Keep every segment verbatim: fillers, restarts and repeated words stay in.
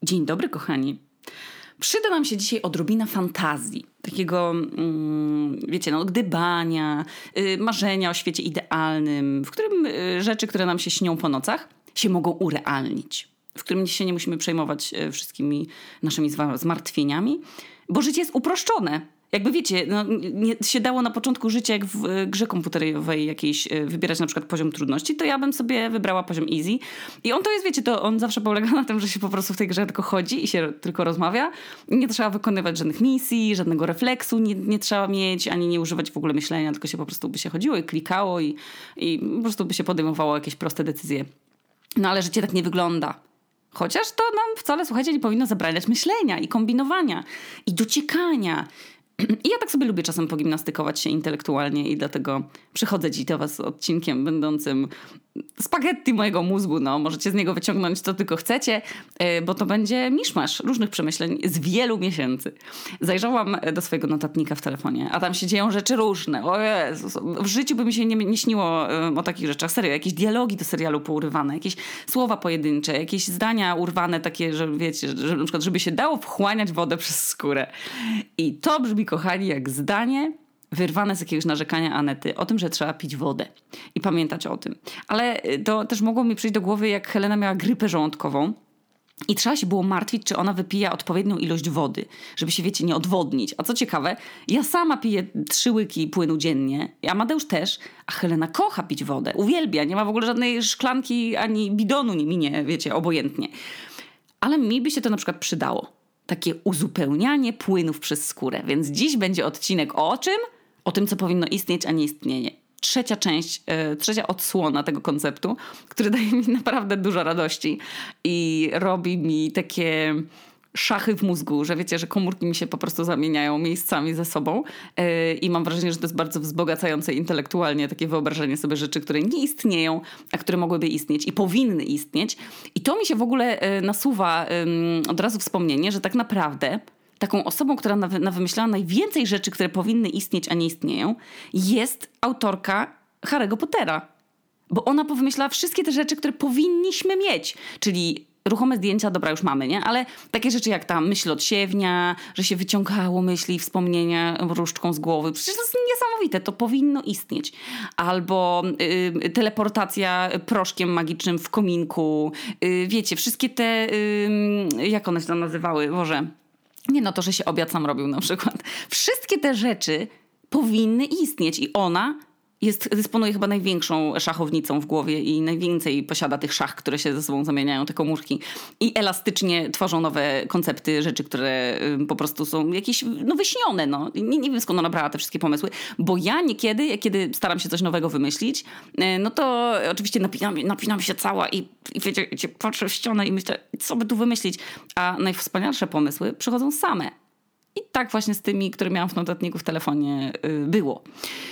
Dzień dobry, kochani. Przyda nam się dzisiaj odrobina fantazji. Takiego, mm, wiecie, no, gdybania, y, marzenia o świecie idealnym, w którym y, rzeczy, które nam się śnią po nocach, się mogą urealnić. W którym się nie musimy przejmować y, wszystkimi naszymi zwa- zmartwieniami, bo życie jest uproszczone. Jakby wiecie, no, nie, się dało na początku życia, jak w y, grze komputerowej jakiejś y, wybierać na przykład poziom trudności, to ja bym sobie wybrała poziom easy. I on to jest, wiecie, to on zawsze polega na tym, że się po prostu w tej grze tylko chodzi i się tylko rozmawia. Nie trzeba wykonywać żadnych misji, żadnego refleksu nie, nie trzeba mieć, ani nie używać w ogóle myślenia, tylko się po prostu by się chodziło i klikało i, i po prostu by się podejmowało jakieś proste decyzje. No ale życie tak nie wygląda. Chociaż to nam wcale, słuchajcie, nie powinno zabraniać myślenia i kombinowania i dociekania. I ja tak sobie lubię czasem pogimnastykować się intelektualnie i dlatego przychodzę dziś do was z odcinkiem będącym spaghetti mojego mózgu. No, możecie z niego wyciągnąć co tylko chcecie, bo to będzie miszmasz różnych przemyśleń z wielu miesięcy. Zajrzałam do swojego notatnika w telefonie, a tam się dzieją rzeczy różne. O Jezus, w życiu by mi się nie, nie śniło o takich rzeczach. Serio, jakieś dialogi do serialu pourywane, jakieś słowa pojedyncze, jakieś zdania urwane takie, że wiecie, że na przykład, żeby się dało wchłaniać wodę przez skórę. I to brzmi, kochani, jak zdanie wyrwane z jakiegoś narzekania Anety o tym, że trzeba pić wodę i pamiętać o tym. Ale to też mogło mi przyjść do głowy, jak Helena miała grypę żołądkową i trzeba się było martwić, czy ona wypija odpowiednią ilość wody, żeby się, wiecie, nie odwodnić. A co ciekawe, ja sama piję trzy łyki płynu dziennie, Amadeusz też, a Helena kocha pić wodę, uwielbia, nie ma w ogóle żadnej szklanki ani bidonu nie minie, wiecie, obojętnie. Ale mi by się to na przykład przydało. Takie uzupełnianie płynów przez skórę. Więc dziś będzie odcinek o czym? O tym, co powinno istnieć, a nie istnieje. Trzecia część, e, trzecia odsłona tego konceptu, który daje mi naprawdę dużo radości i robi mi takie szachy w mózgu, że wiecie, że komórki mi się po prostu zamieniają miejscami ze sobą yy, i mam wrażenie, że to jest bardzo wzbogacające intelektualnie takie wyobrażenie sobie rzeczy, które nie istnieją, a które mogłyby istnieć i powinny istnieć. I to mi się w ogóle yy, nasuwa yy, od razu wspomnienie, że tak naprawdę taką osobą, która nawy- nawymyślała najwięcej rzeczy, które powinny istnieć, a nie istnieją, jest autorka Harry'ego Pottera. Bo ona powymyślała wszystkie te rzeczy, które powinniśmy mieć, czyli ruchome zdjęcia, dobra, już mamy, nie? Ale takie rzeczy jak ta myśl odsiewnia, że się wyciągało myśli i wspomnienia różdżką z głowy. Przecież to jest niesamowite, to powinno istnieć. Albo y, teleportacja proszkiem magicznym w kominku. Y, wiecie, wszystkie te, y, jak one się tam nazywały? Boże, nie no to, że się obiad sam robił na przykład. Wszystkie te rzeczy powinny istnieć i ona Jest, dysponuje chyba największą szachownicą w głowie i najwięcej posiada tych szach, które się ze sobą zamieniają, te komórki. I elastycznie tworzą nowe koncepty, rzeczy, które y, po prostu są jakieś no, wyśnione. No. Nie, nie wiem, skąd ona brała te wszystkie pomysły. Bo ja niekiedy, kiedy staram się coś nowego wymyślić, y, no to oczywiście napinam, napinam się cała i, i wiecie, wiecie, patrzę w ścianę i myślę, co by tu wymyślić. A najwspanialsze pomysły przychodzą same. I tak właśnie z tymi, które miałam w notatniku w telefonie y, było.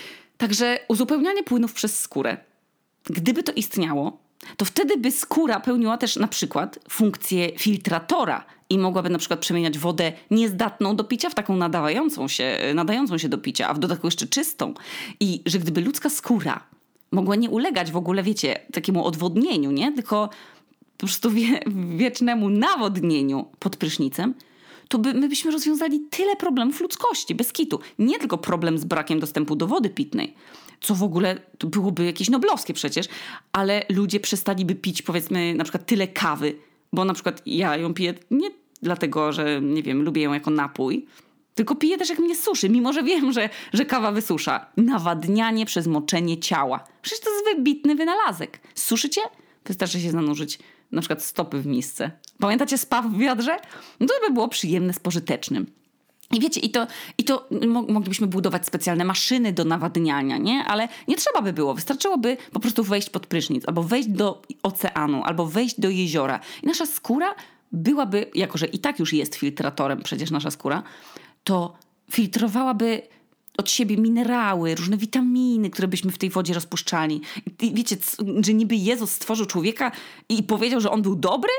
Także uzupełnianie płynów przez skórę. Gdyby to istniało, to wtedy by skóra pełniła też na przykład funkcję filtratora i mogłaby na przykład przemieniać wodę niezdatną do picia w taką nadającą się, nadającą się do picia, a w dodatku jeszcze czystą. I że gdyby ludzka skóra mogła nie ulegać w ogóle, wiecie, takiemu odwodnieniu, nie? Tylko po prostu wie, wiecznemu nawodnieniu pod prysznicem, to by, my byśmy rozwiązali tyle problemów ludzkości, bez kitu. Nie tylko problem z brakiem dostępu do wody pitnej, co w ogóle to byłoby jakieś noblowskie przecież, ale ludzie przestaliby pić, powiedzmy, na przykład tyle kawy, bo na przykład ja ją piję nie dlatego, że, nie wiem, lubię ją jako napój, tylko piję też jak mnie suszy, mimo że wiem, że, że kawa wysusza. Nawadnianie przez moczenie ciała. Przecież to jest wybitny wynalazek. Suszycie? Wystarczy się zanurzyć na przykład stopy w misce. Pamiętacie spa w wiadrze? No to by było przyjemne z pożytecznym. I wiecie, i to, i to moglibyśmy budować specjalne maszyny do nawadniania, nie? Ale nie trzeba by było. Wystarczyłoby po prostu wejść pod prysznic, albo wejść do oceanu, albo wejść do jeziora. I nasza skóra byłaby, jako że i tak już jest filtratorem przecież nasza skóra, to filtrowałaby od siebie minerały, różne witaminy, które byśmy w tej wodzie rozpuszczali. I wiecie, że niby Jezus stworzył człowieka i powiedział, że on był dobry?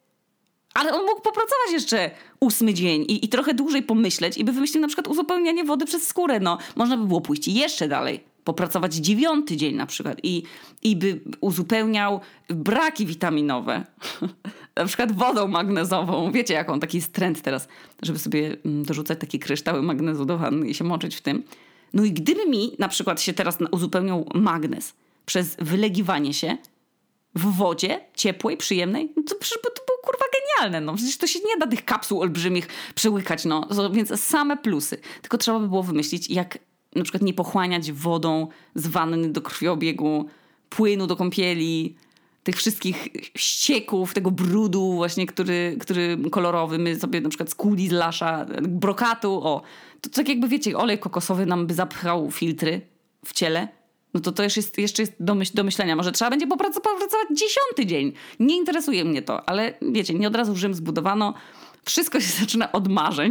Ale on mógł popracować jeszcze ósmy dzień i, i trochę dłużej pomyśleć i by wymyślił na przykład uzupełnianie wody przez skórę. No, można by było pójść jeszcze dalej. popracować dziewiąty dzień na przykład i, i by uzupełniał braki witaminowe. Na przykład wodą magnezową. Wiecie, jaką taki jest trend teraz, żeby sobie dorzucać takie kryształy magnezu do wanny i się moczyć w tym. No i gdyby mi na przykład się teraz uzupełniał magnez przez wylegiwanie się w wodzie ciepłej, przyjemnej, no to przecież to było kurwa genialne. No przecież to się nie da tych kapsuł olbrzymich przełykać, no. Więc same plusy. Tylko trzeba by było wymyślić, jak na przykład nie pochłaniać wodą z wanny do krwiobiegu, płynu do kąpieli, tych wszystkich ścieków, tego brudu właśnie, który, który kolorowy my sobie na przykład z kuli, z lasza, brokatu, o. To tak jakby wiecie, olej kokosowy nam by zapchał filtry w ciele. No to to jeszcze jest, jeszcze jest do, myśl, do myślenia. Może trzeba będzie popracować dziesiąty dzień. Nie interesuje mnie to, ale wiecie, nie od razu Rzym zbudowano. Wszystko się zaczyna od marzeń.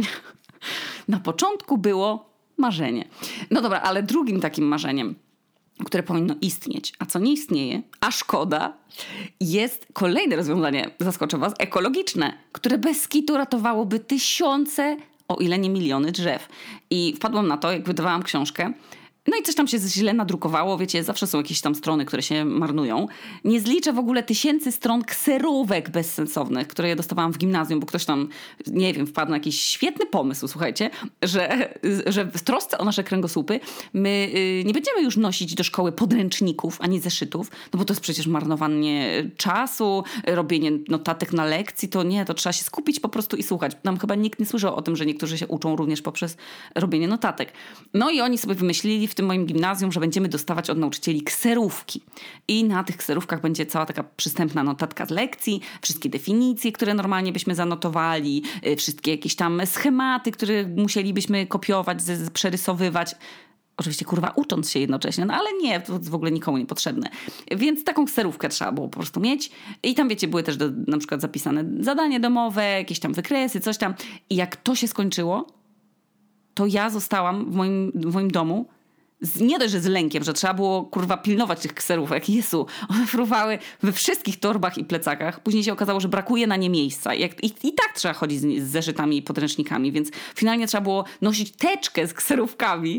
Na początku było marzenie. No dobra, ale drugim takim marzeniem, które powinno istnieć, a co nie istnieje, a szkoda, jest kolejne rozwiązanie, zaskoczę was, ekologiczne, które bez kitu ratowałoby tysiące, o ile nie miliony drzew. I wpadłam na to, jak wydawałam książkę. No i coś tam się źle nadrukowało, wiecie, zawsze są jakieś tam strony, które się marnują. Nie zliczę w ogóle tysięcy stron kserówek bezsensownych, które ja dostawałam w gimnazjum, bo ktoś tam, nie wiem, wpadł na jakiś świetny pomysł, słuchajcie, że, że w trosce o nasze kręgosłupy my y, nie będziemy już nosić do szkoły podręczników ani zeszytów, no bo to jest przecież marnowanie czasu, robienie notatek na lekcji, to nie, to trzeba się skupić po prostu i słuchać. Nam chyba nikt nie słyszał o tym, że niektórzy się uczą również poprzez robienie notatek. No i oni sobie wymyślili w tym moim gimnazjum, że będziemy dostawać od nauczycieli kserówki. I na tych kserówkach będzie cała taka przystępna notatka z lekcji, wszystkie definicje, które normalnie byśmy zanotowali, wszystkie jakieś tam schematy, które musielibyśmy kopiować, z, z, przerysowywać. Oczywiście, kurwa, ucząc się jednocześnie, no ale nie, to w ogóle nikomu niepotrzebne. Więc taką kserówkę trzeba było po prostu mieć. I tam, wiecie, były też do, na przykład zapisane zadanie domowe, jakieś tam wykresy, coś tam. I jak to się skończyło, to ja zostałam w moim, w moim domu Z, nie dość, że z lękiem, że trzeba było kurwa pilnować tych kserówek. Jezu, one fruwały we wszystkich torbach i plecakach. Później się okazało, że brakuje na nie miejsca. I, jak, i, i tak trzeba chodzić z, z zeszytami i podręcznikami, więc finalnie trzeba było nosić teczkę z kserówkami.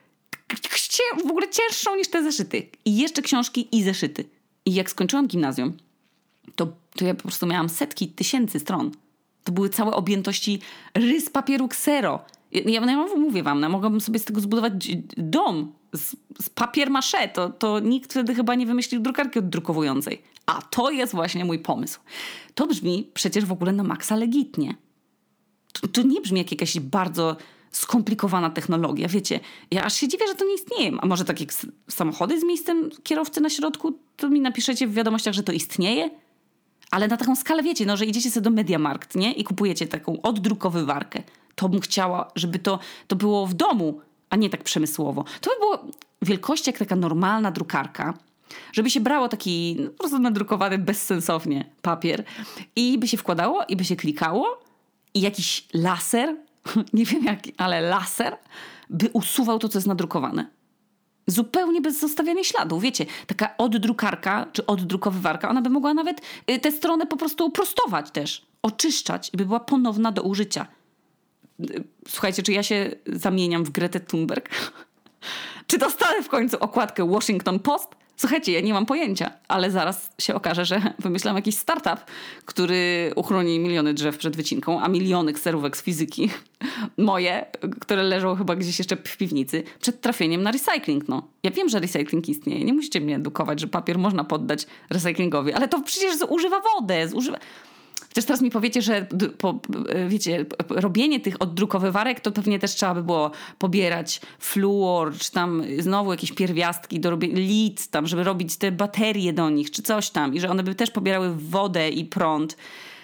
W ogóle cięższą niż te zeszyty. I jeszcze książki i zeszyty. I jak skończyłam gimnazjum, to, to ja po prostu miałam setki tysięcy stron. To były całe objętości rys papieru ksero. Ja, ja mówię wam, no, mogłabym sobie z tego zbudować dom z, z papier maché. To, to nikt wtedy chyba nie wymyślił drukarki oddrukowującej. A to jest właśnie mój pomysł. To brzmi przecież w ogóle na maksa legitnie. To, to nie brzmi jak jakaś bardzo skomplikowana technologia. Wiecie, ja aż się dziwię, że to nie istnieje. A może takie samochody z miejscem kierowcy na środku, to mi napiszecie w wiadomościach, że to istnieje? Ale na taką skalę, wiecie, no, że idziecie sobie do MediaMarkt, nie? I kupujecie taką oddrukowywarkę. To bym chciała, żeby to, to było w domu, a nie tak przemysłowo. To by było wielkości jak taka normalna drukarka, żeby się brało taki no, po prostu nadrukowany bezsensownie papier i by się wkładało i by się klikało i jakiś laser, nie wiem jaki, ale laser by usuwał to, co jest nadrukowane. Zupełnie bez zostawiania śladu. Wiecie, taka oddrukarka czy oddrukowywarka, ona by mogła nawet tę stronę po prostu prostować też, oczyszczać i by była ponowna do użycia. Słuchajcie, czy ja się zamieniam w Gretę Thunberg? Czy dostanę w końcu okładkę Washington Post? Słuchajcie, ja nie mam pojęcia, ale zaraz się okaże, że wymyślam jakiś startup, który uchroni miliony drzew przed wycinką, a miliony kserówek z fizyki, moje, które leżą chyba gdzieś jeszcze w piwnicy, przed trafieniem na recycling. No. Ja wiem, że recycling istnieje. Nie musicie mnie edukować, że papier można poddać recyklingowi, ale to przecież zużywa wodę, zużywa... Chociaż teraz mi powiecie, że po, wiecie, robienie tych oddrukowywarek to pewnie też trzeba by było pobierać fluor, czy tam znowu jakieś pierwiastki do robienia, lit tam, żeby robić te baterie do nich, czy coś tam. I że one by też pobierały wodę i prąd.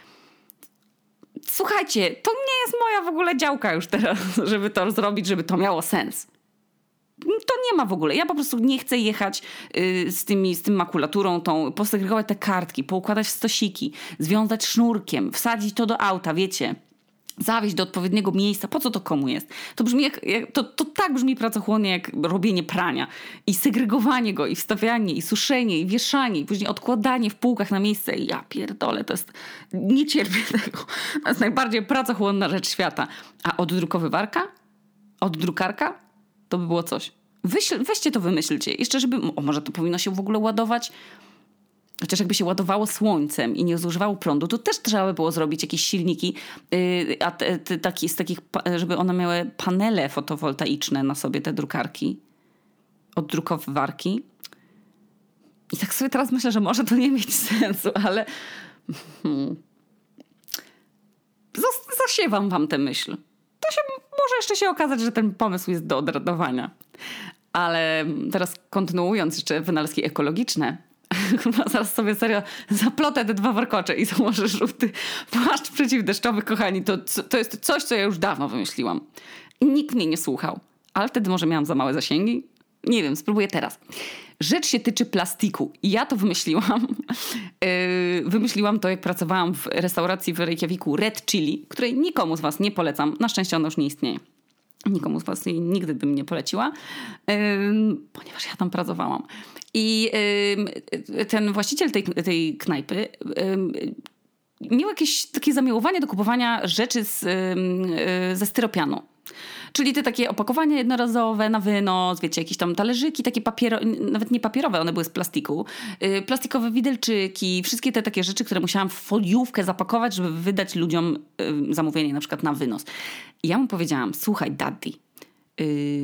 Słuchajcie, to nie jest moja w ogóle działka już teraz, żeby to zrobić, żeby to miało sens. To nie ma w ogóle. Ja po prostu nie chcę jechać y, z, tymi, z tym makulaturą, tą, posegregować te kartki, poukładać w stosiki, związać sznurkiem, wsadzić to do auta, wiecie, zawieźć do odpowiedniego miejsca. Po co to komu jest? To brzmi jak, jak to, to tak brzmi pracochłonnie jak robienie prania i segregowanie go i wstawianie i suszenie i wieszanie i później odkładanie w półkach na miejsce. I ja pierdolę, to jest... Nie cierpię tego. To jest najbardziej pracochłonna rzecz świata. A oddrukowywarka? Oddrukarka? To by było coś. Wyśl, weźcie to, wymyślcie. Jeszcze żeby, o może to powinno się w ogóle ładować, chociaż jakby się ładowało słońcem i nie zużywało prądu, to też trzeba by było zrobić jakieś silniki, yy, a te, te, taki, z takich, żeby one miały panele fotowoltaiczne na sobie, te drukarki, oddrukowywarki. I tak sobie teraz myślę, że może to nie mieć sensu, ale hmm. Zas- zasiewam wam tę myśl. To się może jeszcze się okazać, że ten pomysł jest do odratowania. Ale teraz kontynuując jeszcze wynalazki ekologiczne, zaraz sobie serio zaplotę te dwa warkocze i założę żółty płaszcz przeciwdeszczowy, kochani. To, to jest coś, co ja już dawno wymyśliłam. I nikt mnie nie słuchał. Ale wtedy może miałam za małe zasięgi. Nie wiem, spróbuję teraz. Rzecz się tyczy plastiku. Ja to wymyśliłam. Yy, wymyśliłam to, jak pracowałam w restauracji w Reykjaviku Red Chili, której nikomu z was nie polecam. Na szczęście ona już nie istnieje. Nikomu z was jej nigdy bym nie poleciła, yy, ponieważ ja tam pracowałam. I yy, ten właściciel tej, tej knajpy yy, miał jakieś takie zamiłowanie do kupowania rzeczy z, yy, ze styropianu. Czyli te takie opakowania jednorazowe na wynos, wiecie, jakieś tam talerzyki, takie papierowe, nawet nie papierowe, one były z plastiku, yy, plastikowe widelczyki, wszystkie te takie rzeczy, które musiałam w foliówkę zapakować, żeby wydać ludziom yy, zamówienie na przykład na wynos. I ja mu powiedziałam, słuchaj daddy, yy,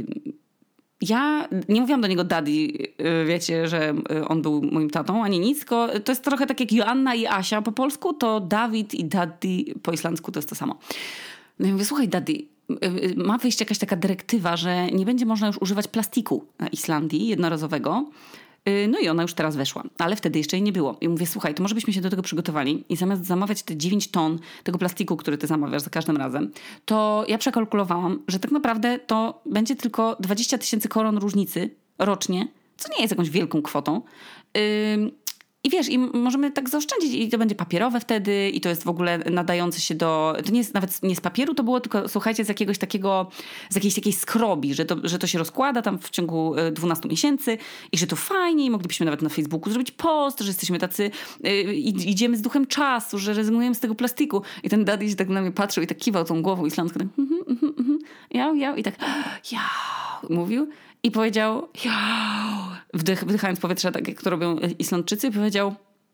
ja nie mówiłam do niego daddy, yy, wiecie, że on był moim tatą, ani nic, tylko to jest trochę tak jak Joanna i Asia po polsku, to Dawid i daddy po islandzku to jest to samo. No ja mówię, słuchaj daddy, ma wyjść jakaś taka dyrektywa, że nie będzie można już używać plastiku na Islandii jednorazowego. No i ona już teraz weszła, ale wtedy jeszcze jej nie było. I mówię, słuchaj, to może byśmy się do tego przygotowali i zamiast zamawiać te dziewięć ton tego plastiku, który ty zamawiasz za każdym razem, to ja przekalkulowałam, że tak naprawdę to będzie tylko dwadzieścia tysięcy koron różnicy rocznie, co nie jest jakąś wielką kwotą. Yy, I wiesz, i możemy tak zaoszczędzić i to będzie papierowe wtedy i to jest w ogóle nadające się do... To nie jest nawet nie z papieru, to było tylko, słuchajcie, z jakiegoś takiego, z jakiejś takiej skrobi, że to, że to się rozkłada tam w ciągu dwunastu miesięcy i że to fajnie i moglibyśmy nawet na Facebooku zrobić post, że jesteśmy tacy, yy, idziemy z duchem czasu, że rezygnujemy z tego plastiku. I ten daddy się tak na mnie patrzył i tak kiwał tą głową islandzką, tak mhm, mhm, mhm, jał, jał i tak jał, mówił. I powiedział, wdych, wdychając powietrze, tak jak to robią Islandczycy, powiedział,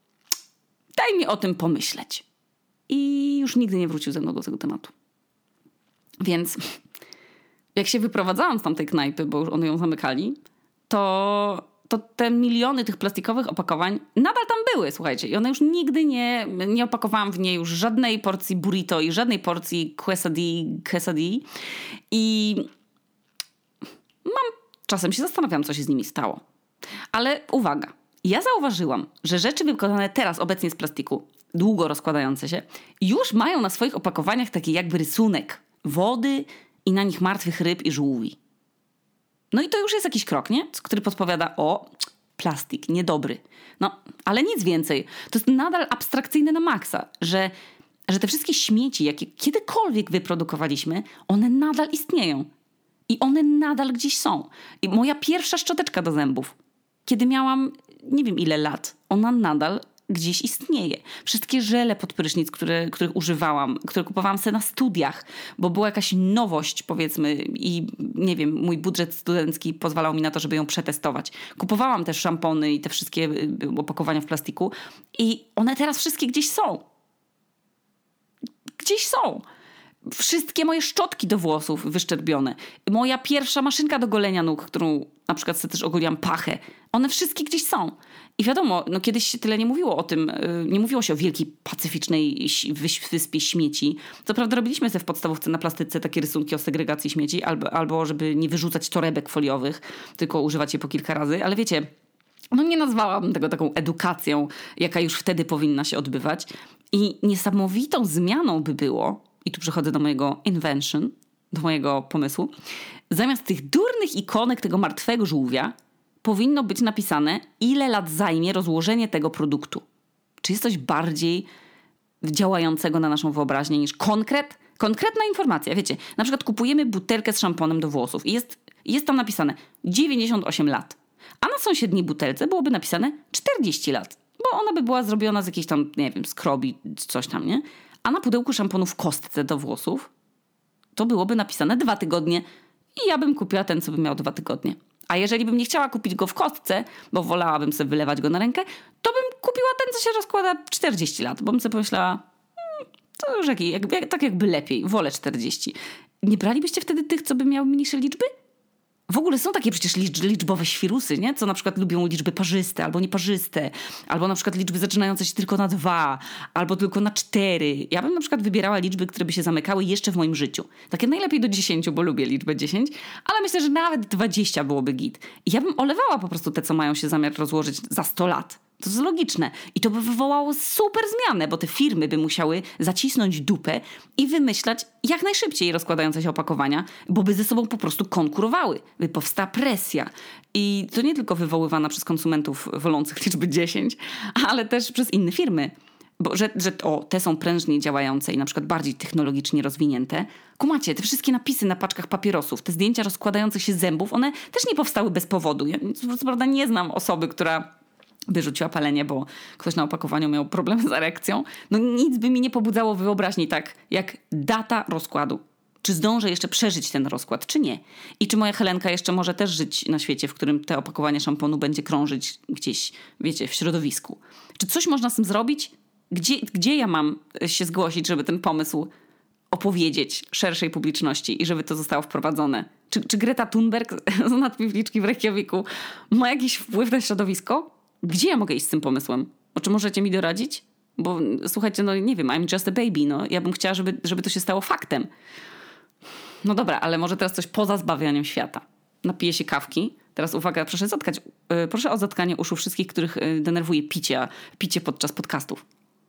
daj mi o tym pomyśleć. I już nigdy nie wrócił ze mną do tego tematu. Więc jak się wyprowadzałam z tamtej knajpy, bo już one ją zamykali, to, to te miliony tych plastikowych opakowań nadal tam były, słuchajcie. I one już nigdy nie, nie opakowałam w niej już żadnej porcji burrito i żadnej porcji quesadilla. quesadilla. I mam Czasem się zastanawiam, co się z nimi stało. Ale uwaga, ja zauważyłam, że rzeczy wykonane teraz obecnie z plastiku, długo rozkładające się, już mają na swoich opakowaniach taki jakby rysunek wody i na nich martwych ryb i żółwi. No i to już jest jakiś krok, nie? Który podpowiada, o, plastik, niedobry. No, ale nic więcej. To jest nadal abstrakcyjne na maksa, że, że te wszystkie śmieci, jakie kiedykolwiek wyprodukowaliśmy, one nadal istnieją. I one nadal gdzieś są. I moja pierwsza szczoteczka do zębów, kiedy miałam nie wiem ile lat, ona nadal gdzieś istnieje. Wszystkie żele pod prysznic, które, których używałam, które kupowałam sobie na studiach, bo była jakaś nowość, powiedzmy, i nie wiem, mój budżet studencki pozwalał mi na to, żeby ją przetestować. Kupowałam też szampony i te wszystkie opakowania w plastiku i one teraz wszystkie gdzieś są. Gdzieś są. Wszystkie moje szczotki do włosów wyszczerbione. Moja pierwsza maszynka do golenia nóg, którą na przykład sobie też ogoliłam pachę. One wszystkie gdzieś są. I wiadomo, no kiedyś się tyle nie mówiło o tym, nie mówiło się o wielkiej pacyficznej wyspie śmieci. Co prawda robiliśmy sobie w podstawówce na plastyce takie rysunki o segregacji śmieci, albo, albo żeby nie wyrzucać torebek foliowych, tylko używać je po kilka razy. Ale wiecie, no nie nazwałabym tego taką edukacją, jaka już wtedy powinna się odbywać. I niesamowitą zmianą by było, i tu przechodzę do mojego invention, do mojego pomysłu, zamiast tych durnych ikonek tego martwego żółwia powinno być napisane, ile lat zajmie rozłożenie tego produktu. Czy jest coś bardziej działającego na naszą wyobraźnię niż konkret? Konkretna informacja, wiecie, na przykład kupujemy butelkę z szamponem do włosów i jest, jest tam napisane dziewięćdziesiąt osiem lat, a na sąsiedniej butelce byłoby napisane czterdzieści lat, bo ona by była zrobiona z jakiejś tam, nie wiem, skrobi, coś tam, nie? A na pudełku szamponu w kostce do włosów to byłoby napisane dwa tygodnie i ja bym kupiła ten, co by miał dwa tygodnie. A jeżeli bym nie chciała kupić go w kostce, bo wolałabym sobie wylewać go na rękę, to bym kupiła ten, co się rozkłada czterdzieści lat, bo bym sobie pomyślała, hmm, to już jak, jak, tak jakby lepiej, wolę czterdzieści. Nie bralibyście wtedy tych, co by miały mniejsze liczby? W ogóle są takie przecież licz, liczbowe świrusy, nie? Co na przykład lubią liczby parzyste albo nieparzyste, albo na przykład liczby zaczynające się tylko na dwa, albo tylko na cztery. Ja bym na przykład wybierała liczby, które by się zamykały jeszcze w moim życiu. Takie najlepiej do dziesięciu, bo lubię liczbę dziesięć, ale myślę, że nawet dwadzieścia byłoby git. I ja bym olewała po prostu te, co mają się zamiar rozłożyć za sto lat. To jest logiczne. I to by wywołało super zmianę, bo te firmy by musiały zacisnąć dupę i wymyślać jak najszybciej rozkładające się opakowania, bo by ze sobą po prostu konkurowały. By powstała presja. I to nie tylko wywoływana przez konsumentów wolących liczby dziesięć, ale też przez inne firmy. Bo że, że o, te są prężniej działające i na przykład bardziej technologicznie rozwinięte. Kumacie, te wszystkie napisy na paczkach papierosów, te zdjęcia rozkładających się zębów, one też nie powstały bez powodu. Ja co prawda nie znam osoby, która wyrzuciła palenie, bo ktoś na opakowaniu miał problem z erekcją. No nic by mi nie pobudzało wyobraźni tak, jak data rozkładu. Czy zdążę jeszcze przeżyć ten rozkład, czy nie? I czy moja Helenka jeszcze może też żyć na świecie, w którym te opakowanie szamponu będzie krążyć gdzieś, wiecie, w środowisku? Czy coś można z tym zrobić? Gdzie, gdzie ja mam się zgłosić, żeby ten pomysł opowiedzieć szerszej publiczności i żeby to zostało wprowadzone? Czy, czy Greta Thunberg z nadpiwniczki w Reykjaviku ma jakiś wpływ na środowisko? Gdzie ja mogę iść z tym pomysłem? O, czy możecie mi doradzić? Bo słuchajcie, no nie wiem, I'm just a baby. No, ja bym chciała, żeby, żeby to się stało faktem. No dobra, ale może teraz coś poza zbawianiem świata. Napiję się kawki. Teraz uwaga, proszę zatkać, yy, proszę o zatkanie uszu wszystkich, których yy, denerwuje picie, picie podczas podcastów.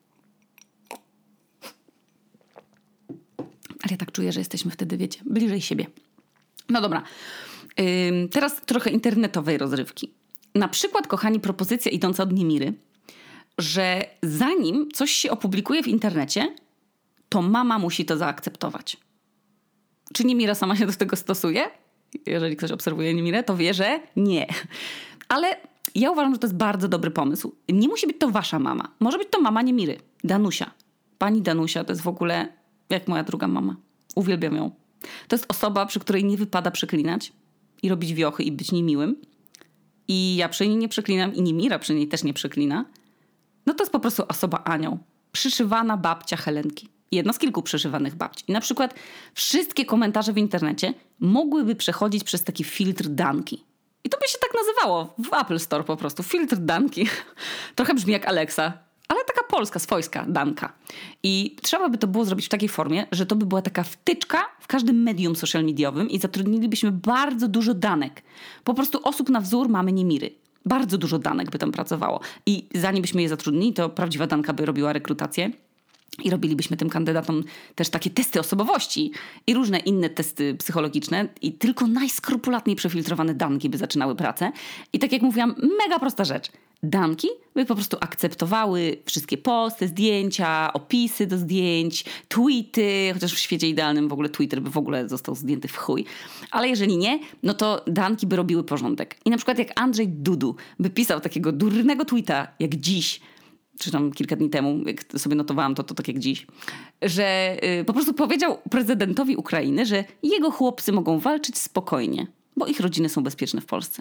Ale ja tak czuję, że jesteśmy wtedy, wiecie, bliżej siebie. No dobra, yy, teraz trochę internetowej rozrywki. Na przykład, kochani, propozycja idąca od Niemiry, że zanim coś się opublikuje w internecie, to mama musi to zaakceptować. Czy Niemira sama się do tego stosuje? Jeżeli ktoś obserwuje Niemirę, to wie, że nie. Ale ja uważam, że to jest bardzo dobry pomysł. Nie musi być to wasza mama. Może być to mama Niemiry, Danusia. Pani Danusia to jest w ogóle jak moja druga mama. Uwielbiam ją. To jest osoba, przy której nie wypada przeklinać i robić wiochy i być niemiłym. I ja przy niej nie przeklinam i Niemira przy niej też nie przeklina. No to jest po prostu osoba anioł. Przyszywana babcia Helenki. Jedno z kilku przyszywanych babci. I na przykład wszystkie komentarze w internecie mogłyby przechodzić przez taki filtr Danki. I to by się tak nazywało w Apple Store po prostu. Filtr Danki. Trochę brzmi jak Alexa, ale taka polska, swojska Danka. I trzeba by to było zrobić w takiej formie, że to by była taka wtyczka w każdym medium social mediowym i zatrudnilibyśmy bardzo dużo danek. Po prostu osób na wzór mamy Niemiry. Bardzo dużo danek by tam pracowało. I zanim byśmy je zatrudnili, to prawdziwa Danka by robiła rekrutację. I robilibyśmy tym kandydatom też takie testy osobowości i różne inne testy psychologiczne i tylko najskrupulatniej przefiltrowane Danki by zaczynały pracę. I tak jak mówiłam, mega prosta rzecz. Danki by po prostu akceptowały wszystkie posty, zdjęcia, opisy do zdjęć, tweety, chociaż w świecie idealnym w ogóle Twitter by w ogóle został zdjęty w chuj. Ale jeżeli nie, no to Danki by robiły porządek. I na przykład jak Andrzej Dudu by pisał takiego durnego tweeta jak dziś, czy tam kilka dni temu, jak sobie notowałam to, to tak jak dziś, że yy, po prostu powiedział prezydentowi Ukrainy, że jego chłopcy mogą walczyć spokojnie, bo ich rodziny są bezpieczne w Polsce.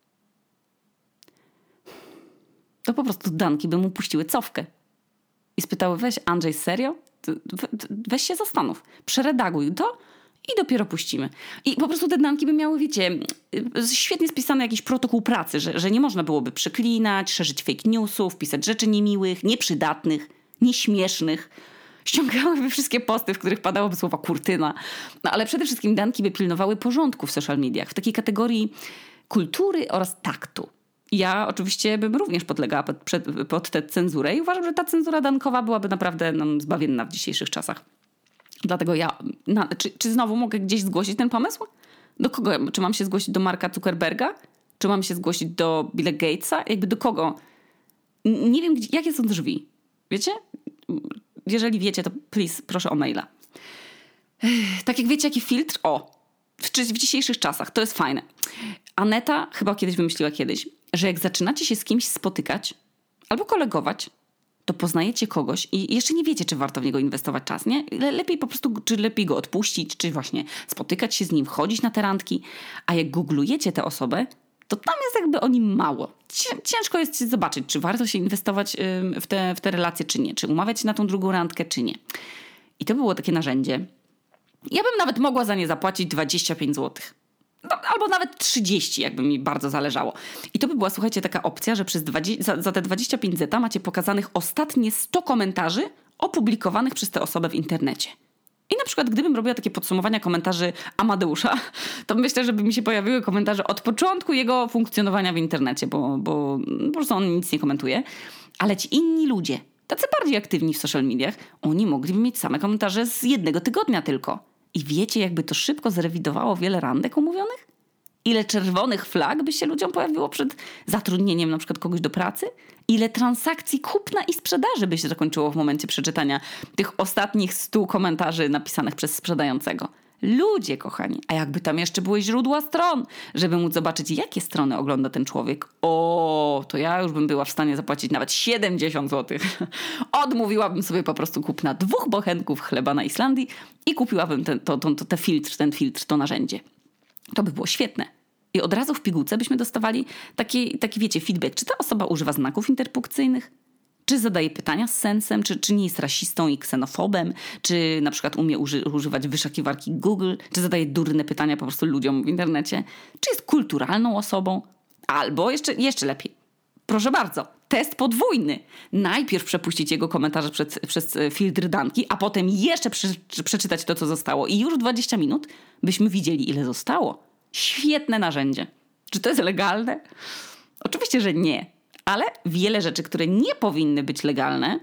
To po prostu Danki by mu puściły cofkę. I spytały, weź Andrzej, serio? Weź się zastanów, przeredaguj to i dopiero puścimy. I po prostu te Danki by miały, wiecie, świetnie spisany jakiś protokół pracy, że, że nie można byłoby przeklinać, szerzyć fake newsów, pisać rzeczy niemiłych, nieprzydatnych, nieśmiesznych. Ściągałyby wszystkie posty, w których padałoby słowa kurtyna. No ale przede wszystkim Danki by pilnowały porządku w social mediach, w takiej kategorii kultury oraz taktu. Ja oczywiście bym również podlegała pod, przed, pod tę cenzurę i uważam, że ta cenzura dankowa byłaby naprawdę nam zbawienna w dzisiejszych czasach. Dlatego ja, na, czy, czy znowu mogę gdzieś zgłosić ten pomysł? Do kogo? Czy mam się zgłosić do Marka Zuckerberga? Czy mam się zgłosić do Billa Gatesa? Jakby do kogo? Nie wiem, gdzie, jakie są drzwi. Wiecie? Jeżeli wiecie, to please, proszę o maila. Ech, tak jak wiecie, jaki filtr? O, w, w dzisiejszych czasach. To jest fajne. Aneta chyba kiedyś wymyśliła kiedyś, że jak zaczynacie się z kimś spotykać albo kolegować, to poznajecie kogoś i jeszcze nie wiecie, czy warto w niego inwestować czas, nie? Lepiej po prostu, czy lepiej go odpuścić, czy właśnie spotykać się z nim, chodzić na te randki. A jak googlujecie tę osobę, to tam jest jakby o nim mało. Ciężko jest zobaczyć, czy warto się inwestować w te, w te relacje, czy nie. Czy umawiać się na tą drugą randkę, czy nie. I to było takie narzędzie. Ja bym nawet mogła za nie zapłacić dwadzieścia pięć złotych. No, albo nawet trzydzieści, jakby mi bardzo zależało. I to by była, słuchajcie, taka opcja, że przez dwadzieścia, za, za te dwadzieścia pięć zeta macie pokazanych ostatnie sto komentarzy opublikowanych przez tę osobę w internecie. I na przykład gdybym robiła takie podsumowania komentarzy Amadeusza, to myślę, że by mi się pojawiły komentarze od początku jego funkcjonowania w internecie, bo, bo po prostu on nic nie komentuje. Ale ci inni ludzie, tacy bardziej aktywni w social mediach, oni mogliby mieć same komentarze z jednego tygodnia tylko. I wiecie, jakby to szybko zrewidowało wiele randek umówionych? Ile czerwonych flag by się ludziom pojawiło przed zatrudnieniem na przykład kogoś do pracy? Ile transakcji kupna i sprzedaży by się zakończyło w momencie przeczytania tych ostatnich stu komentarzy napisanych przez sprzedającego? Ludzie, kochani, a jakby tam jeszcze były źródła stron, żeby móc zobaczyć, jakie strony ogląda ten człowiek. O, to ja już bym była w stanie zapłacić nawet siedemdziesiąt złotych. Odmówiłabym sobie po prostu kupna dwóch bochenków chleba na Islandii i kupiłabym ten, to, to, to, te filtr, ten filtr, to narzędzie. To by było świetne. I od razu w pigułce byśmy dostawali taki, taki, wiecie, feedback. Czy ta osoba używa znaków interpunkcyjnych? Czy zadaje pytania z sensem? Czy, czy nie jest rasistą i ksenofobem? Czy na przykład umie uży, używać wyszukiwarki Google? Czy zadaje durne pytania po prostu ludziom w internecie? Czy jest kulturalną osobą? Albo jeszcze, jeszcze lepiej. Proszę bardzo, test podwójny. Najpierw przepuścić jego komentarze przez, przez filtr danki, a potem jeszcze prze, przeczytać to, co zostało. I już dwadzieścia minut byśmy widzieli, ile zostało. Świetne narzędzie. Czy to jest legalne? Oczywiście, że nie. Ale wiele rzeczy, które nie powinny być legalne,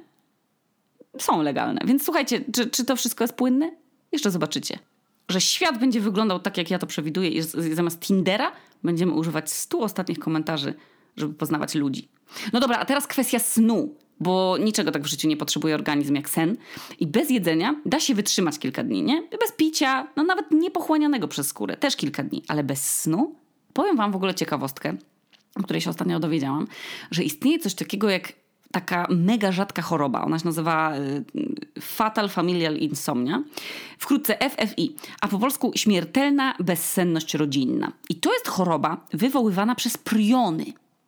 są legalne. Więc słuchajcie, czy, czy to wszystko jest płynne? Jeszcze zobaczycie. Że świat będzie wyglądał tak, jak ja to przewiduję i zamiast Tindera będziemy używać stu ostatnich komentarzy, żeby poznawać ludzi. No dobra, a teraz kwestia snu, bo niczego tak w życiu nie potrzebuje organizm jak sen. I bez jedzenia da się wytrzymać kilka dni, nie? Bez picia, no nawet niepochłanianego przez skórę, też kilka dni. Ale bez snu? Powiem wam w ogóle ciekawostkę, o której się ostatnio dowiedziałam, że istnieje coś takiego jak taka mega rzadka choroba. Ona się nazywa y, Fatal Familial Insomnia. Wkrótce F F I, a po polsku śmiertelna bezsenność rodzinna. I to jest choroba wywoływana przez priony.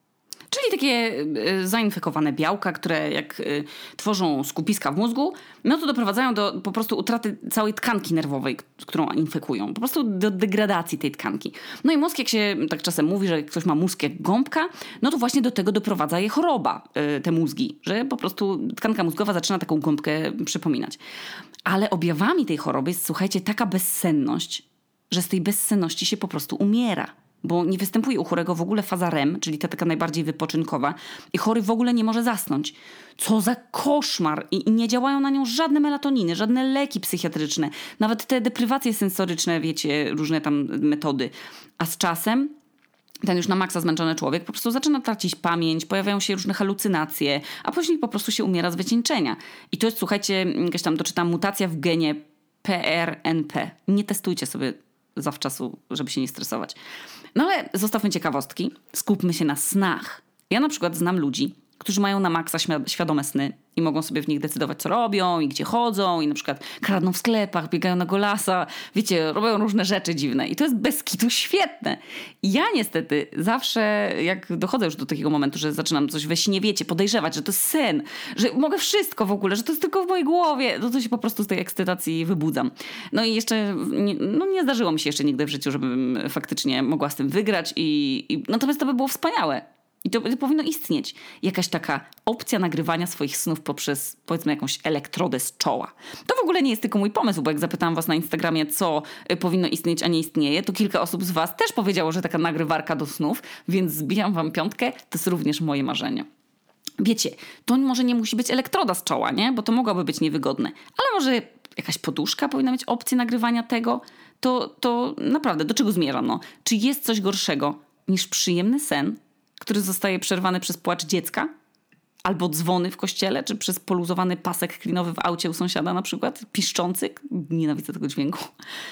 Czyli takie y, zainfekowane białka, które jak y, tworzą skupiska w mózgu, no to doprowadzają do po prostu utraty całej tkanki nerwowej, którą infekują. Po prostu do degradacji tej tkanki. No i mózg, jak się tak czasem mówi, że ktoś ma mózg jak gąbka, no to właśnie do tego doprowadza je choroba, y, te mózgi. Że po prostu tkanka mózgowa zaczyna taką gąbkę przypominać. Ale objawami tej choroby jest, słuchajcie, taka bezsenność, że z tej bezsenności się po prostu umiera. Bo nie występuje u chorego w ogóle faza R E M, czyli ta taka najbardziej wypoczynkowa i chory w ogóle nie może zasnąć. Co za koszmar! I, i nie działają na nią żadne melatoniny, żadne leki psychiatryczne, nawet te deprywacje sensoryczne, wiecie, różne tam metody. A z czasem ten już na maksa zmęczony człowiek po prostu zaczyna tracić pamięć, pojawiają się różne halucynacje, a później po prostu się umiera z wycieńczenia. I to jest, słuchajcie, jakaś tam doczytam mutacja w genie P R N P. Nie testujcie sobie zawczasu, żeby się nie stresować. No ale zostawmy ciekawostki. Skupmy się na snach. Ja na przykład znam ludzi, którzy mają na maksa świadome sny i mogą sobie w nich decydować, co robią i gdzie chodzą i na przykład kradną w sklepach, biegają na golasa, wiecie, robią różne rzeczy dziwne i to jest bez kitu świetne. Ja niestety zawsze, jak dochodzę już do takiego momentu, że zaczynam coś we śnie, wiecie, podejrzewać, że to jest sen, że mogę wszystko w ogóle, że to jest tylko w mojej głowie, no to się po prostu z tej ekscytacji wybudzam. No i jeszcze, nie, no nie zdarzyło mi się jeszcze nigdy w życiu, żebym faktycznie mogła z tym wygrać i, i natomiast to by było wspaniałe. I to, to powinno istnieć. Jakaś taka opcja nagrywania swoich snów poprzez, powiedzmy, jakąś elektrodę z czoła. To w ogóle nie jest tylko mój pomysł, bo jak zapytałam was na Instagramie, co powinno istnieć, a nie istnieje, to kilka osób z was też powiedziało, że taka nagrywarka do snów, więc zbijam wam piątkę, to jest również moje marzenie. Wiecie, to może nie musi być elektroda z czoła, nie? Bo to mogłoby być niewygodne. Ale może jakaś poduszka powinna mieć opcję nagrywania tego? To, to naprawdę, do czego zmierzam? No? Czy jest coś gorszego niż przyjemny sen, który zostaje przerwany przez płacz dziecka, albo dzwony w kościele, czy przez poluzowany pasek klinowy w aucie u sąsiada na przykład, piszczący. Nienawidzę tego dźwięku.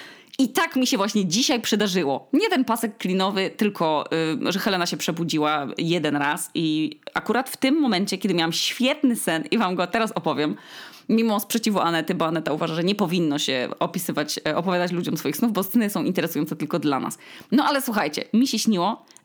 I tak mi się właśnie dzisiaj przydarzyło. Nie ten pasek klinowy, tylko yy, że Helena się przebudziła jeden raz i akurat w tym momencie, kiedy miałam świetny sen i wam go teraz opowiem, mimo sprzeciwu Anety, bo Aneta uważa, że nie powinno się opisywać, opowiadać ludziom swoich snów, bo sny są interesujące tylko dla nas. No ale słuchajcie, mi się śniło,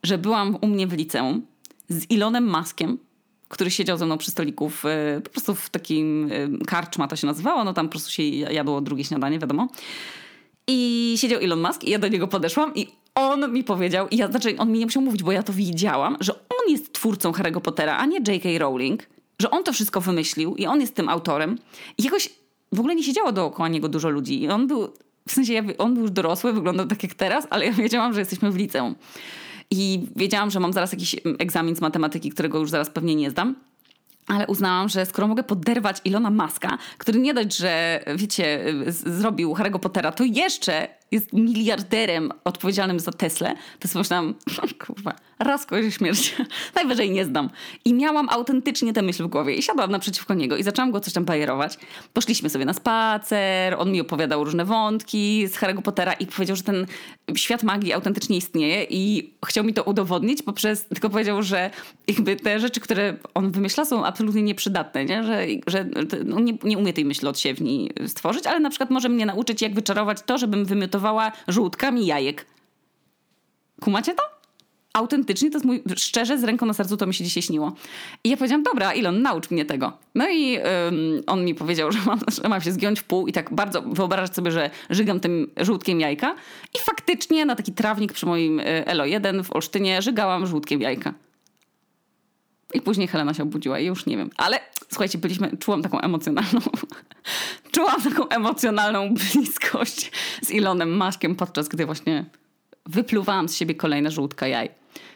że byłam u mnie w liceum z Elonem Muskiem, który siedział ze mną przy stoliku w, po prostu w takim karczma to się nazywało, no tam po prostu się jadło drugie śniadanie, wiadomo. I siedział Elon Musk i ja do niego podeszłam i on mi powiedział, i ja, znaczy on mi nie musiał mówić, bo ja to widziałam, że on jest twórcą Harry'ego Pottera, a nie J K. Rowling, że on to wszystko wymyślił i on jest tym autorem. I jakoś w ogóle nie siedziało dookoła niego dużo ludzi. I on był, w sensie on był już dorosły, wyglądał tak jak teraz, ale ja wiedziałam, że jesteśmy w liceum. I wiedziałam, że mam zaraz jakiś egzamin z matematyki, którego już zaraz pewnie nie zdam. Ale uznałam, że skoro mogę poderwać Elona Muska, który nie dość, że wiecie, z- zrobił Harry'ego Pottera, to jeszcze jest miliarderem odpowiedzialnym za Teslę, to sobie myślałam, kurwa, raz kogoś śmierć, najwyżej nie zdam. I miałam autentycznie tę myśl w głowie i siadłam naprzeciwko niego i zaczęłam go coś tam bajerować. Poszliśmy sobie na spacer, on mi opowiadał różne wątki z Harry'ego Pottera i powiedział, że ten świat magii autentycznie istnieje i chciał mi to udowodnić poprzez, tylko powiedział, że jakby te rzeczy, które on wymyśla, są absolutnie nieprzydatne, nie? Że, że on nie, nie umie tej myśli od siewni stworzyć, ale na przykład może mnie nauczyć, jak wyczarować to, żebym wymiotowała żółtkami jajek. Kumacie to? Autentycznie, to jest mój, szczerze, z ręką na sercu to mi się dzisiaj śniło. I ja powiedziałam, dobra, Elon, naucz mnie tego. No i um, on mi powiedział, że mam, że mam się zgiąć w pół i tak bardzo wyobrażać sobie, że żygam tym żółtkiem jajka. I faktycznie na taki trawnik przy moim Elo jeden w Olsztynie żygałam żółtkiem jajka. I później Helena się obudziła i już nie wiem. Ale słuchajcie, byliśmy, czułam taką emocjonalną, czułam taką emocjonalną bliskość z Elonem Muskiem, podczas gdy właśnie wypluwałam z siebie kolejne żółtka jaj.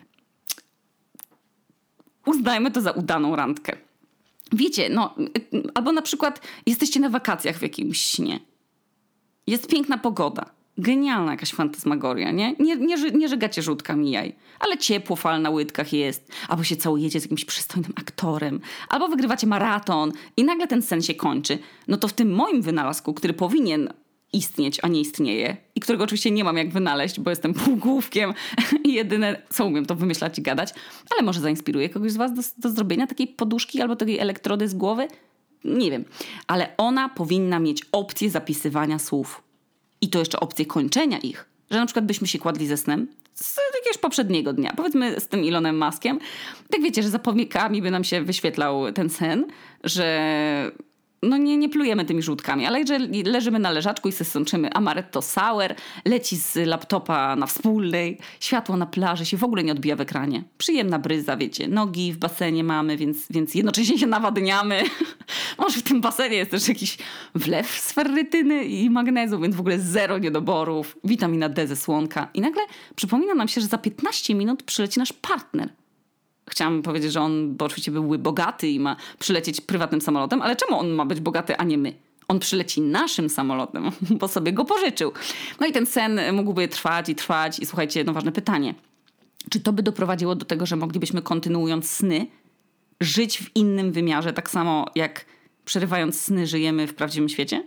Uznajmy to za udaną randkę. Wiecie, no, albo na przykład jesteście na wakacjach w jakimś śnie. Jest piękna pogoda. Genialna jakaś fantasmagoria, nie? Nie, nie, nie żygacie żółtkami jaj. Ale ciepło fal na łydkach jest. Albo się całujecie z jakimś przystojnym aktorem. Albo wygrywacie maraton i nagle ten sen się kończy. No to w tym moim wynalazku, który powinien istnieć, a nie istnieje i którego oczywiście nie mam jak wynaleźć, bo jestem półgłówkiem i jedyne co umiem to wymyślać i gadać, ale może zainspiruję kogoś z was do, do zrobienia takiej poduszki albo takiej elektrody z głowy? Nie wiem. Ale ona powinna mieć opcję zapisywania słów. I to jeszcze opcję kończenia ich. Że na przykład byśmy się kładli ze snem z jakiegoś poprzedniego dnia. Powiedzmy z tym Elonem Muskiem. Tak wiecie, że za powiekami by nam się wyświetlał ten sen, że no nie, nie plujemy tymi żółtkami, ale jeżeli leżymy na leżaczku i sobie sączymy amaretto sour, leci z laptopa na wspólnej, światło na plaży się w ogóle nie odbija w ekranie. Przyjemna bryza, wiecie, nogi w basenie mamy, więc, więc jednocześnie się nawadniamy. Może w tym basenie jest też jakiś wlew z ferrytyny i magnezu, więc w ogóle zero niedoborów, witamina D ze słonka. I nagle przypomina nam się, że za piętnaście minut przyleci nasz partner. Chciałam powiedzieć, że on, bo oczywiście był bogaty i ma przylecieć prywatnym samolotem, ale czemu on ma być bogaty, a nie my? On przyleci naszym samolotem, bo sobie go pożyczył. No i ten sen mógłby trwać i trwać. I słuchajcie, jedno ważne pytanie. Czy to by doprowadziło do tego, że moglibyśmy, kontynuując sny, żyć w innym wymiarze, tak samo jak przerywając sny żyjemy w prawdziwym świecie?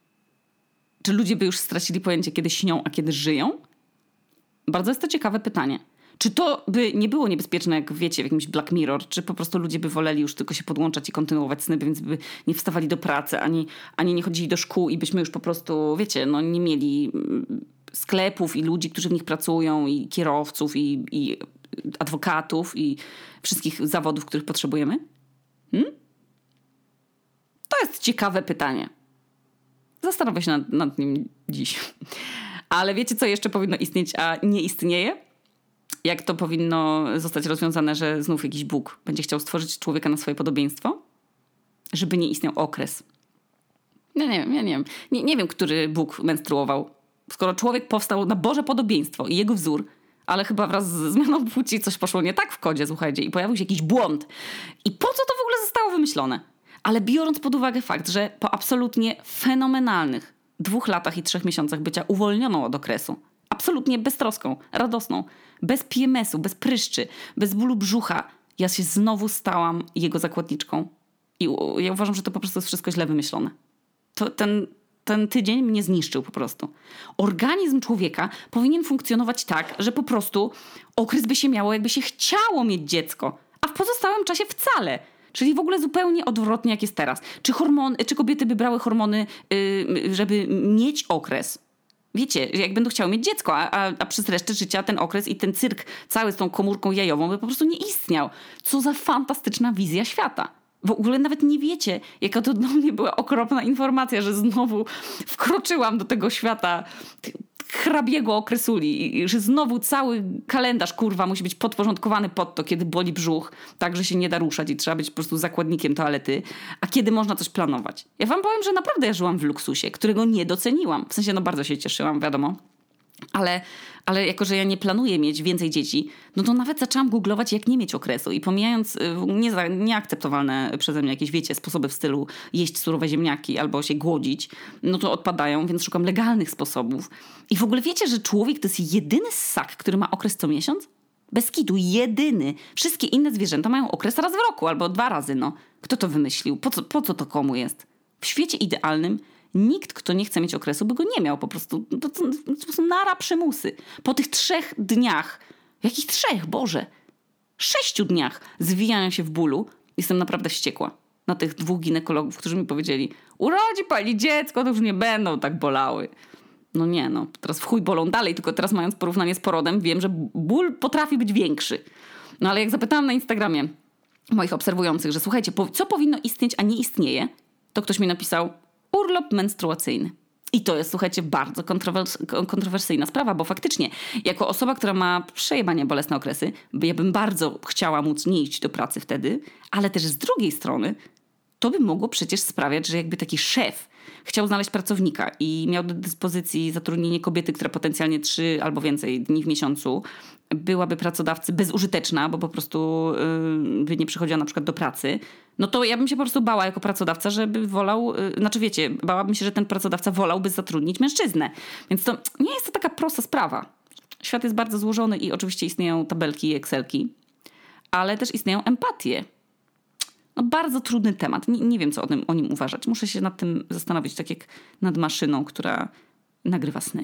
Czy ludzie by już stracili pojęcie, kiedy śnią, a kiedy żyją? Bardzo jest to ciekawe pytanie. Czy to by nie było niebezpieczne, jak wiecie, w jakimś Black Mirror? Czy po prostu ludzie by woleli już tylko się podłączać i kontynuować sny, więc by nie wstawali do pracy, ani, ani nie chodzili do szkół i byśmy już po prostu, wiecie, no nie mieli sklepów i ludzi, którzy w nich pracują, i kierowców, i, i adwokatów, i wszystkich zawodów, których potrzebujemy? Hmm? To jest ciekawe pytanie. Zastanowię się nad, nad nim dziś. Ale wiecie, co jeszcze powinno istnieć, a nie istnieje? Jak to powinno zostać rozwiązane, że znów jakiś Bóg będzie chciał stworzyć człowieka na swoje podobieństwo? Żeby nie istniał okres. Ja nie wiem, ja nie wiem. Nie, nie wiem, który Bóg menstruował. Skoro człowiek powstał na Boże podobieństwo i jego wzór, ale chyba wraz z zmianą płci coś poszło nie tak w kodzie, słuchajcie, i pojawił się jakiś błąd. I po co to w ogóle zostało wymyślone? Ale biorąc pod uwagę fakt, że po absolutnie fenomenalnych dwóch latach i trzech miesiącach bycia uwolnioną od okresu, absolutnie beztroską, radosną, bez P M S u, bez pryszczy, bez bólu brzucha, ja się znowu stałam jego zakładniczką. I ja uważam, że to po prostu jest wszystko źle wymyślone. To ten, ten tydzień mnie zniszczył po prostu. Organizm człowieka powinien funkcjonować tak, że po prostu okres by się miało, jakby się chciało mieć dziecko, a w pozostałym czasie wcale. Czyli w ogóle zupełnie odwrotnie, jak jest teraz. Czy, hormony, czy kobiety by brały hormony, yy, żeby mieć okres? wiecie, jak będą chciały mieć dziecko, a, a, a przez resztę życia ten okres i ten cyrk cały z tą komórką jajową by po prostu nie istniał. Co za fantastyczna wizja świata. W ogóle nawet nie wiecie, jaka to dla mnie była okropna informacja, że znowu wkroczyłam do tego świata hrabiego okresuli i że znowu cały kalendarz, kurwa, musi być podporządkowany pod to, kiedy boli brzuch, tak, że się nie da ruszać i trzeba być po prostu zakładnikiem toalety, a kiedy można coś planować. Ja wam powiem, że naprawdę ja żyłam w luksusie, którego nie doceniłam. W sensie, no bardzo się cieszyłam, wiadomo. Ale, ale jako, że ja nie planuję mieć więcej dzieci, no to nawet zaczęłam googlować, jak nie mieć okresu. I pomijając nie, nieakceptowalne przeze mnie jakieś, wiecie, sposoby w stylu jeść surowe ziemniaki albo się głodzić, no to odpadają, więc szukam legalnych sposobów. I w ogóle wiecie, że człowiek to jest jedyny ssak, który ma okres co miesiąc? Bez kitu, jedyny. Wszystkie inne zwierzęta mają okres raz w roku albo dwa razy, no. Kto to wymyślił? Po co, po co to komu jest? W świecie idealnym nikt, kto nie chce mieć okresu, by go nie miał. Po prostu, po prostu nara przymusy. Po tych trzech dniach, jakich trzech, Boże, sześciu dniach zwijają się w bólu, jestem naprawdę wściekła na tych dwóch ginekologów, którzy mi powiedzieli, urodzi pani dziecko, to już nie będą tak bolały. No nie, no, teraz w chuj bolą dalej, tylko teraz mając porównanie z porodem, wiem, że ból potrafi być większy. No ale jak zapytałam na Instagramie moich obserwujących, że słuchajcie, co powinno istnieć, a nie istnieje, to ktoś mi napisał, urlop menstruacyjny. I to jest, słuchajcie, bardzo kontrowers- kontrowersyjna sprawa, bo faktycznie jako osoba, która ma przejebanie bolesne okresy, ja bym bardzo chciała móc nie iść do pracy wtedy, ale też z drugiej strony to by mogło przecież sprawiać, że jakby taki szef chciał znaleźć pracownika i miał do dyspozycji zatrudnienie kobiety, która potencjalnie trzy albo więcej dni w miesiącu byłaby pracodawcy bezużyteczna, bo po prostu yy, by nie przychodziła na przykład do pracy, no to ja bym się po prostu bała jako pracodawca, żeby wolał, yy, znaczy wiecie, bałabym się, że ten pracodawca wolałby zatrudnić mężczyznę. Więc to nie jest to taka prosta sprawa. Świat jest bardzo złożony i oczywiście istnieją tabelki i Excelki, ale też istnieją empatie. No bardzo trudny temat. Nie, nie wiem, co o, tym, o nim uważać. Muszę się nad tym zastanowić, tak jak nad maszyną, która nagrywa sny.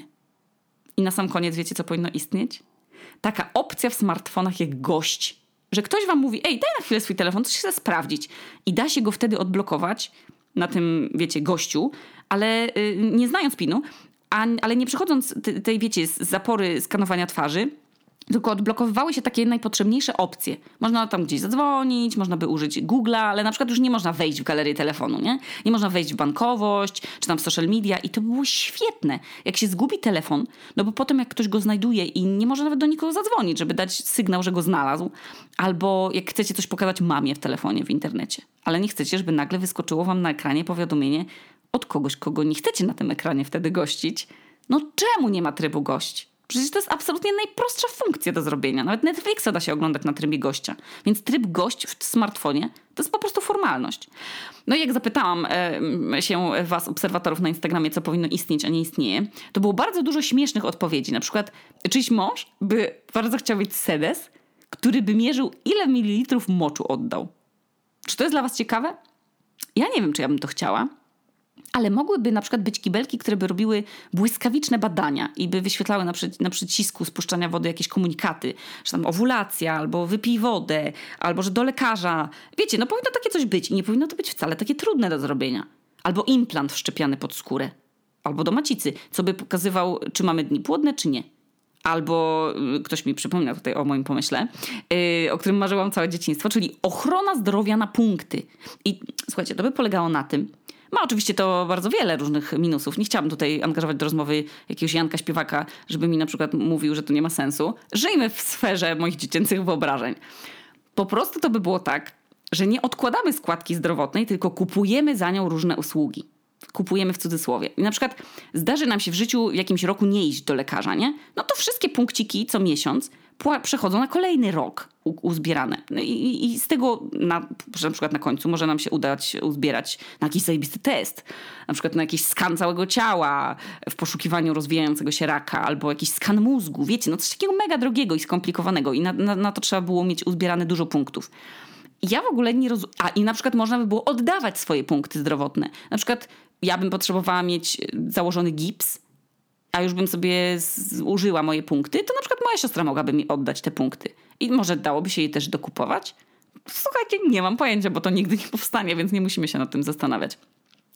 I na sam koniec wiecie, co powinno istnieć? Taka opcja w smartfonach jak gość. Że ktoś wam mówi, ej, daj na chwilę swój telefon, coś chcę sprawdzić. I da się go wtedy odblokować na tym, wiecie, gościu, ale yy, nie znając pinu, a, ale nie przechodząc tej, tej, wiecie, z zapory skanowania twarzy, tylko odblokowywały się takie najpotrzebniejsze opcje. Można tam gdzieś zadzwonić, można by użyć Google'a, ale na przykład już nie można wejść w galerię telefonu, nie? Nie można wejść w bankowość, czy tam w social media i to by było świetne. Jak się zgubi telefon, no bo potem jak ktoś go znajduje i nie może nawet do nikogo zadzwonić, żeby dać sygnał, że go znalazł, albo jak chcecie coś pokazać mamie w telefonie, w internecie, ale nie chcecie, żeby nagle wyskoczyło wam na ekranie powiadomienie od kogoś, kogo nie chcecie na tym ekranie wtedy gościć, no czemu nie ma trybu gość? Przecież to jest absolutnie najprostsza funkcja do zrobienia. Nawet Netflixa da się oglądać na trybie gościa. Więc tryb gość w smartfonie to jest po prostu formalność. No i jak zapytałam e, się was, obserwatorów na Instagramie, co powinno istnieć, a nie istnieje, to było bardzo dużo śmiesznych odpowiedzi. Na przykład czyjś mąż by bardzo chciał mieć sedes, który by mierzył, ile mililitrów moczu oddał. Czy to jest dla was ciekawe? Ja nie wiem, czy ja bym to chciała. Ale mogłyby na przykład być kibelki, które by robiły błyskawiczne badania i by wyświetlały na, przy, na przycisku spuszczania wody jakieś komunikaty, że tam owulacja, albo wypij wodę, albo że do lekarza. Wiecie, no powinno takie coś być i nie powinno to być wcale takie trudne do zrobienia. Albo implant wszczepiany pod skórę, albo do macicy, co by pokazywał, czy mamy dni płodne, czy nie. Albo ktoś mi przypomniał tutaj o moim pomyśle, yy, o którym marzyłam całe dzieciństwo, czyli ochrona zdrowia na punkty. I słuchajcie, to by polegało na tym, ma oczywiście to bardzo wiele różnych minusów. Nie chciałabym tutaj angażować do rozmowy jakiegoś Janka Śpiewaka, żeby mi na przykład mówił, że to nie ma sensu. Żyjmy w sferze moich dziecięcych wyobrażeń. Po prostu to by było tak, że nie odkładamy składki zdrowotnej, tylko kupujemy za nią różne usługi. Kupujemy w cudzysłowie. I na przykład zdarzy nam się w życiu w jakimś roku nie iść do lekarza, nie? No to wszystkie punkciki co miesiąc pła- przechodzą na kolejny rok u- uzbierane. No i, i z tego na, na przykład na końcu może nam się udać uzbierać na jakiś zajebisty test. Na przykład na jakiś skan całego ciała w poszukiwaniu rozwijającego się raka albo jakiś skan mózgu. Wiecie, no coś takiego mega drogiego i skomplikowanego i na, na, na to trzeba było mieć uzbierane dużo punktów. Ja w ogóle nie rozumiem. A i na przykład można by było oddawać swoje punkty zdrowotne. Na przykład ja bym potrzebowała mieć założony gips, a już bym sobie zużyła moje punkty, to na przykład moja siostra mogłaby mi oddać te punkty. I może dałoby się jej też dokupować? Słuchajcie, nie mam pojęcia, bo to nigdy nie powstanie, więc nie musimy się nad tym zastanawiać.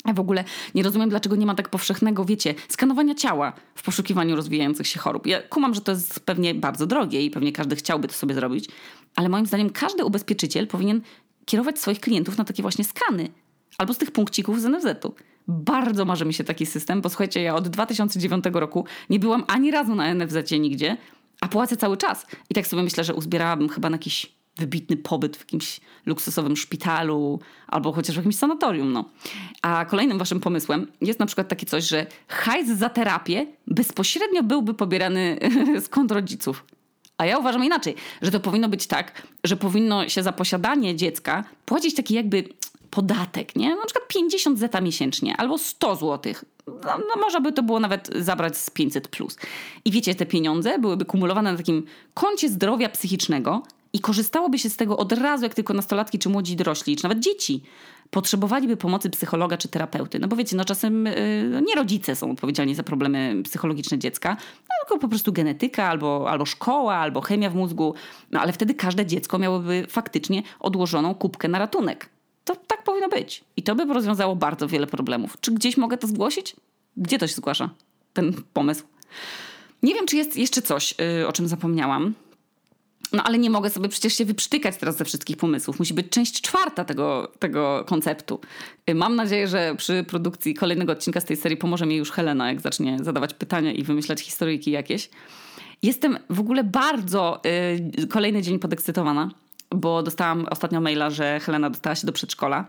Ja w ogóle nie rozumiem, dlaczego nie ma tak powszechnego, wiecie, skanowania ciała w poszukiwaniu rozwijających się chorób. Ja kumam, że to jest pewnie bardzo drogie i pewnie każdy chciałby to sobie zrobić, ale moim zdaniem każdy ubezpieczyciel powinien kierować swoich klientów na takie właśnie skany albo z tych punkcików z N F Z-u. Bardzo marzy mi się taki system, bo słuchajcie, ja od dwa tysiące dziewiątego roku nie byłam ani razu na N F Z-cie nigdzie, a płacę cały czas. I tak sobie myślę, że uzbierałabym chyba na jakiś wybitny pobyt w jakimś luksusowym szpitalu albo chociaż w jakimś sanatorium. No. A kolejnym waszym pomysłem jest na przykład takie coś, że hajs za terapię bezpośrednio byłby pobierany z kont rodziców. A ja uważam inaczej, że to powinno być tak, że powinno się za posiadanie dziecka płacić taki jakby podatek, nie? Na przykład pięćdziesiąt zeta miesięcznie albo sto złotych. No, no może by to było nawet zabrać z pięćset plus. I wiecie, te pieniądze byłyby kumulowane na takim koncie zdrowia psychicznego i korzystałoby się z tego od razu, jak tylko nastolatki, czy młodzi dorośli, czy nawet dzieci potrzebowaliby pomocy psychologa czy terapeuty. No bo wiecie, no czasem yy, nie rodzice są odpowiedzialni za problemy psychologiczne dziecka, no, tylko po prostu genetyka, albo, albo szkoła, albo chemia w mózgu. No ale wtedy każde dziecko miałoby faktycznie odłożoną kubkę na ratunek. To tak powinno być. I to by rozwiązało bardzo wiele problemów. Czy gdzieś mogę to zgłosić? Gdzie to się zgłasza? Ten pomysł. Nie wiem, czy jest jeszcze coś, yy, o czym zapomniałam. No ale nie mogę sobie przecież się wyprztykać teraz ze wszystkich pomysłów. Musi być część czwarta tego, tego konceptu. Mam nadzieję, że przy produkcji kolejnego odcinka z tej serii pomoże mi już Helena, jak zacznie zadawać pytania i wymyślać historyjki jakieś. Jestem w ogóle bardzo yy, kolejny dzień podekscytowana, bo dostałam ostatnio maila, że Helena dostała się do przedszkola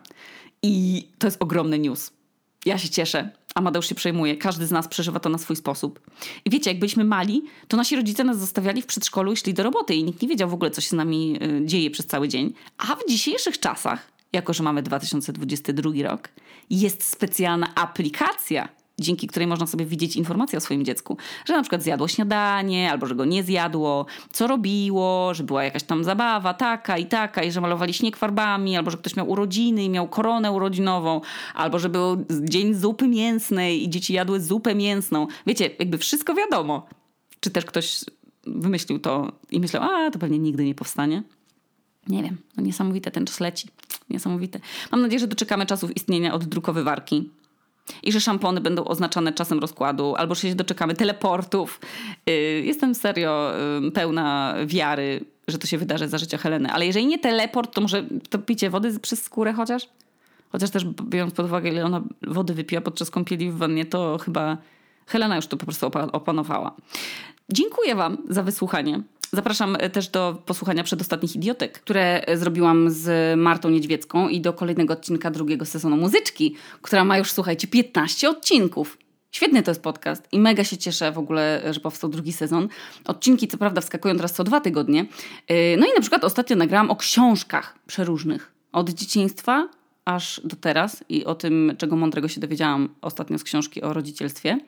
i to jest ogromny news. Ja się cieszę. Amadeusz się przejmuje. Każdy z nas przeżywa to na swój sposób. I wiecie, jak byliśmy mali, to nasi rodzice nas zostawiali w przedszkolu i szli do roboty i nikt nie wiedział w ogóle, co się z nami y, dzieje przez cały dzień. A w dzisiejszych czasach, jako że mamy dwa tysiące dwudziesty drugi rok, jest specjalna aplikacja, dzięki której można sobie widzieć informacje o swoim dziecku. Że na przykład zjadło śniadanie, albo że go nie zjadło, co robiło, że była jakaś tam zabawa taka i taka i że malowali śnieg farbami, albo że ktoś miał urodziny i miał koronę urodzinową, albo że był dzień zupy mięsnej i dzieci jadły zupę mięsną. Wiecie, jakby wszystko wiadomo. Czy też ktoś wymyślił to i myślał, a to pewnie nigdy nie powstanie. Nie wiem, no niesamowite, ten czas leci. Niesamowite. Mam nadzieję, że doczekamy czasów istnienia oddrukowywarki. I że szampony będą oznaczane czasem rozkładu, albo że się doczekamy teleportów. Yy, jestem serio yy, pełna wiary, że to się wydarzy za życia Heleny. Ale jeżeli nie teleport, to może to picie wody przez skórę chociaż? Chociaż też biorąc pod uwagę, ile ona wody wypiła podczas kąpieli w wannie, to chyba Helena już to po prostu opanowała. Dziękuję wam za wysłuchanie. Zapraszam też do posłuchania przedostatnich idiotek, które zrobiłam z Martą Niedźwiecką i do kolejnego odcinka drugiego sezonu Muzyczki, która ma już, słuchajcie, piętnaście odcinków. Świetny to jest podcast i mega się cieszę w ogóle, że powstał drugi sezon. Odcinki co prawda wskakują teraz co dwa tygodnie. No i na przykład ostatnio nagrałam o książkach przeróżnych. Od dzieciństwa aż do teraz i o tym, czego mądrego się dowiedziałam ostatnio z książki o rodzicielstwie,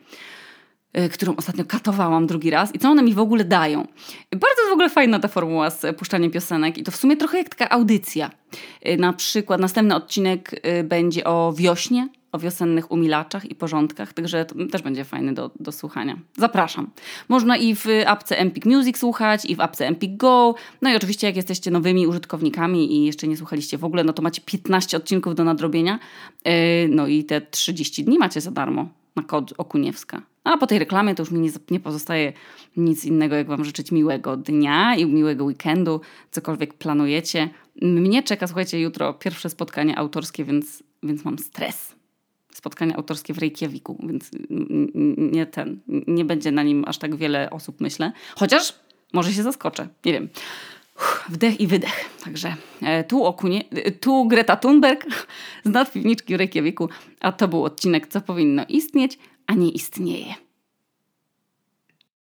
którą ostatnio katowałam drugi raz i co one mi w ogóle dają. Bardzo jest w ogóle fajna ta formuła z puszczaniem piosenek i to w sumie trochę jak taka audycja. Na przykład następny odcinek będzie o wiośnie, o wiosennych umilaczach i porządkach, także to też będzie fajny do, do słuchania. Zapraszam. Można i w apce Empik Music słuchać, i w apce Empik Go. No i oczywiście jak jesteście nowymi użytkownikami i jeszcze nie słuchaliście w ogóle, no to macie piętnaście odcinków do nadrobienia. No i te trzydzieści dni macie za darmo na kod Okuniewska. A po tej reklamie to już mi nie, nie pozostaje nic innego, jak wam życzyć miłego dnia i miłego weekendu, cokolwiek planujecie. Mnie czeka, słuchajcie, jutro pierwsze spotkanie autorskie, więc, więc mam stres. Spotkanie autorskie w Reykjaviku, więc nie ten, nie będzie na nim aż tak wiele osób, myślę. Chociaż może się zaskoczę, nie wiem. Uff, wdech i wydech. Także e, tu, Okunie, e, tu Greta Thunberg z nadpiwniczki w Reykjaviku, a to był odcinek Co powinno istnieć, a nie istnieje.